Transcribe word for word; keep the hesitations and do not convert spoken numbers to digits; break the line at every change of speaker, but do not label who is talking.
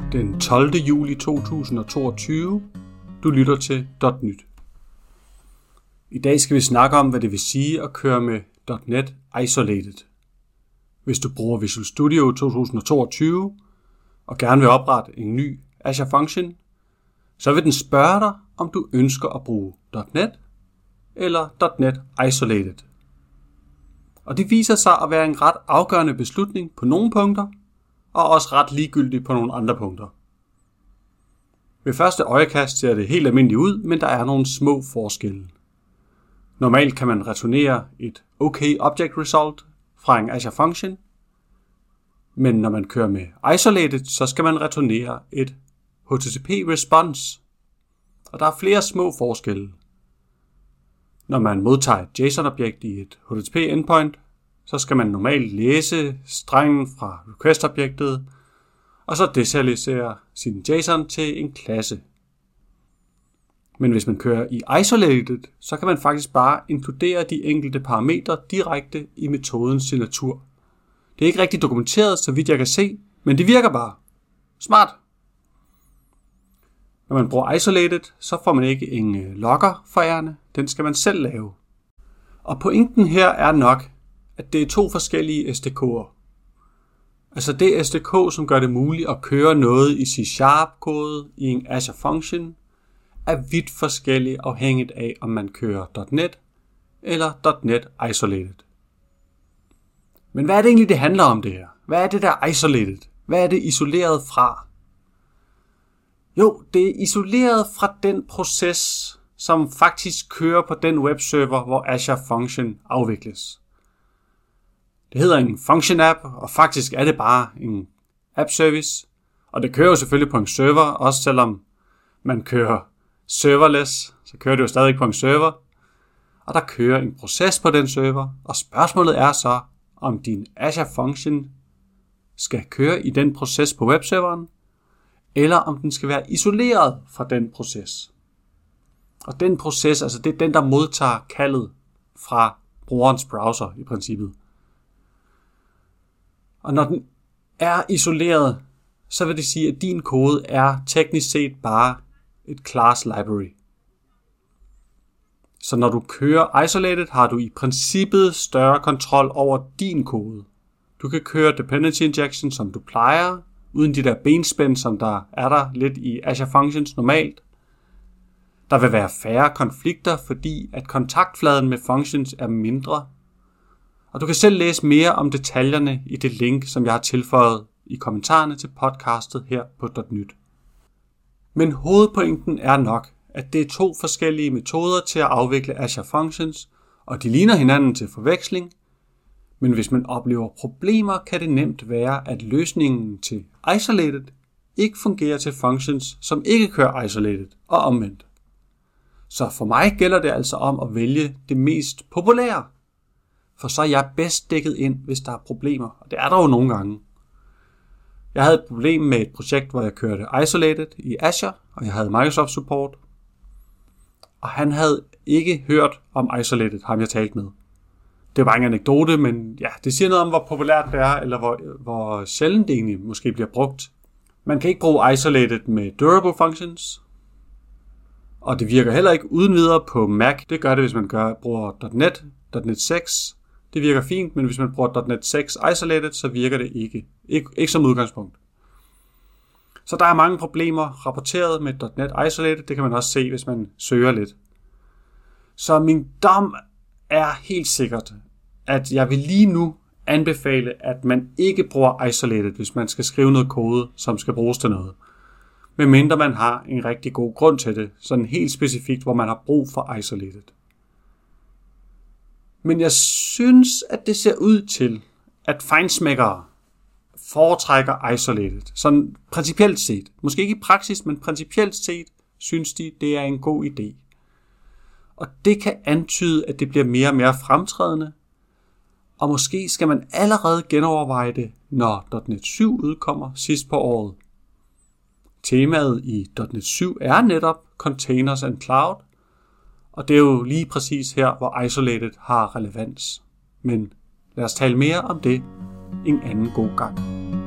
den tolvte juli to tusind og toogtyve. Du lytter til .nyt. I dag skal vi snakke om, hvad det vil sige at køre med .net Isolated. Hvis du bruger Visual Studio to tusind og toogtyve og gerne vil oprette en ny Azure Function, så vil den spørge dig, om du ønsker at bruge .net eller .net Isolated. Og det viser sig at være en ret afgørende beslutning på nogle punkter, og også ret ligegyldigt på nogle andre punkter. Ved første øjekast ser det helt almindeligt ud, men der er nogle små forskelle. Normalt kan man returnere et OK Object Result fra en Azure Function, men når man kører med Isolated, så skal man returnere et H T T P Response. Og der er flere små forskelle. Når man modtager et JSON-objekt i et H T T P endpoint, så skal man normalt læse strengen fra request-objektet, og så deserialisere sin JSON til en klasse. Men hvis man kører i Isolated, så kan man faktisk bare inkludere de enkelte parametre direkte i metodens signatur. Det er ikke rigtig dokumenteret, så vidt jeg kan se, men det virker bare. Smart! Når man bruger Isolated, så får man ikke en logger for ærende. Den skal man selv lave. Og pointen her er nok, at det er to forskellige S D K'er. Altså det S D K, som gør det muligt at køre noget i C sharp kode i en Azure Function, er vidt forskelligt afhængigt af, om man kører .net eller .net Isolated. Men hvad er det egentlig, det handler om det her? Hvad er det der Isolated? Hvad er det isoleret fra? Jo, det er isoleret fra den proces, som faktisk kører på den webserver, hvor Azure Function afvikles. Det hedder en function app, og faktisk er det bare en app service. Og det kører jo selvfølgelig på en server, også selvom man kører serverless, så kører det jo stadig på en server. Og der kører en proces på den server, og spørgsmålet er så, om din Azure Function skal køre i den proces på webserveren, eller om den skal være isoleret fra den proces. Og den proces, altså det er den, der modtager kaldet fra brugerens browser i princippet. Og når den er isoleret, så vil det sige, at din kode er teknisk set bare et class library. Så når du kører Isolated, har du i princippet større kontrol over din kode. Du kan køre dependency injection, som du plejer, uden de der benspænd, som der er der lidt i Azure Functions normalt. Der vil være færre konflikter, fordi at kontaktfladen med functions er mindre. Og du kan selv læse mere om detaljerne i det link, som jeg har tilføjet i kommentarerne til podcastet her på .nyt. Men hovedpointen er nok, at det er to forskellige metoder til at afvikle Azure Functions, og de ligner hinanden til forveksling. Men hvis man oplever problemer, kan det nemt være, at løsningen til Isolated ikke fungerer til functions, som ikke kører Isolated og omvendt. Så for mig gælder det altså om at vælge det mest populære, for så er jeg bedst dækket ind, hvis der er problemer, og det er der jo nogle gange. Jeg havde et problem med et projekt, hvor jeg kørte Isolated i Azure, og jeg havde Microsoft support, og han havde ikke hørt om Isolated, ham jeg talte med. Det var ikke en anekdote, men ja, det siger noget om, hvor populært det er, eller hvor, hvor sjældent det egentlig måske bliver brugt. Man kan ikke bruge Isolated med durable functions, og det virker heller ikke uden videre på Mac. Det gør det, hvis man gør, bruger .net, .net seks. Det virker fint, men hvis man bruger .net seks Isolated, så virker det ikke. Ikke, ikke som udgangspunkt. Så der er mange problemer rapporteret med .net Isolated. Det kan man også se, hvis man søger lidt. Så min dom er helt sikkert, at jeg vil lige nu anbefale, at man ikke bruger Isolated, hvis man skal skrive noget kode, som skal bruges til noget. Medmindre man har en rigtig god grund til det, sådan helt specifikt, hvor man har brug for Isolated. Men jeg synes, at det ser ud til, at feinschmeckere foretrækker Isolated. Sådan principielt set. Måske ikke i praksis, men principielt set synes de, det er en god idé. Og det kan antyde, at det bliver mere og mere fremtrædende. Og måske skal man allerede genoverveje det, når .net syv udkommer sidst på året. Temaet i .net syv er netop Containers and Cloud, og det er jo lige præcis her, hvor Isolated har relevans. Men lad os tale mere om det en anden god gang.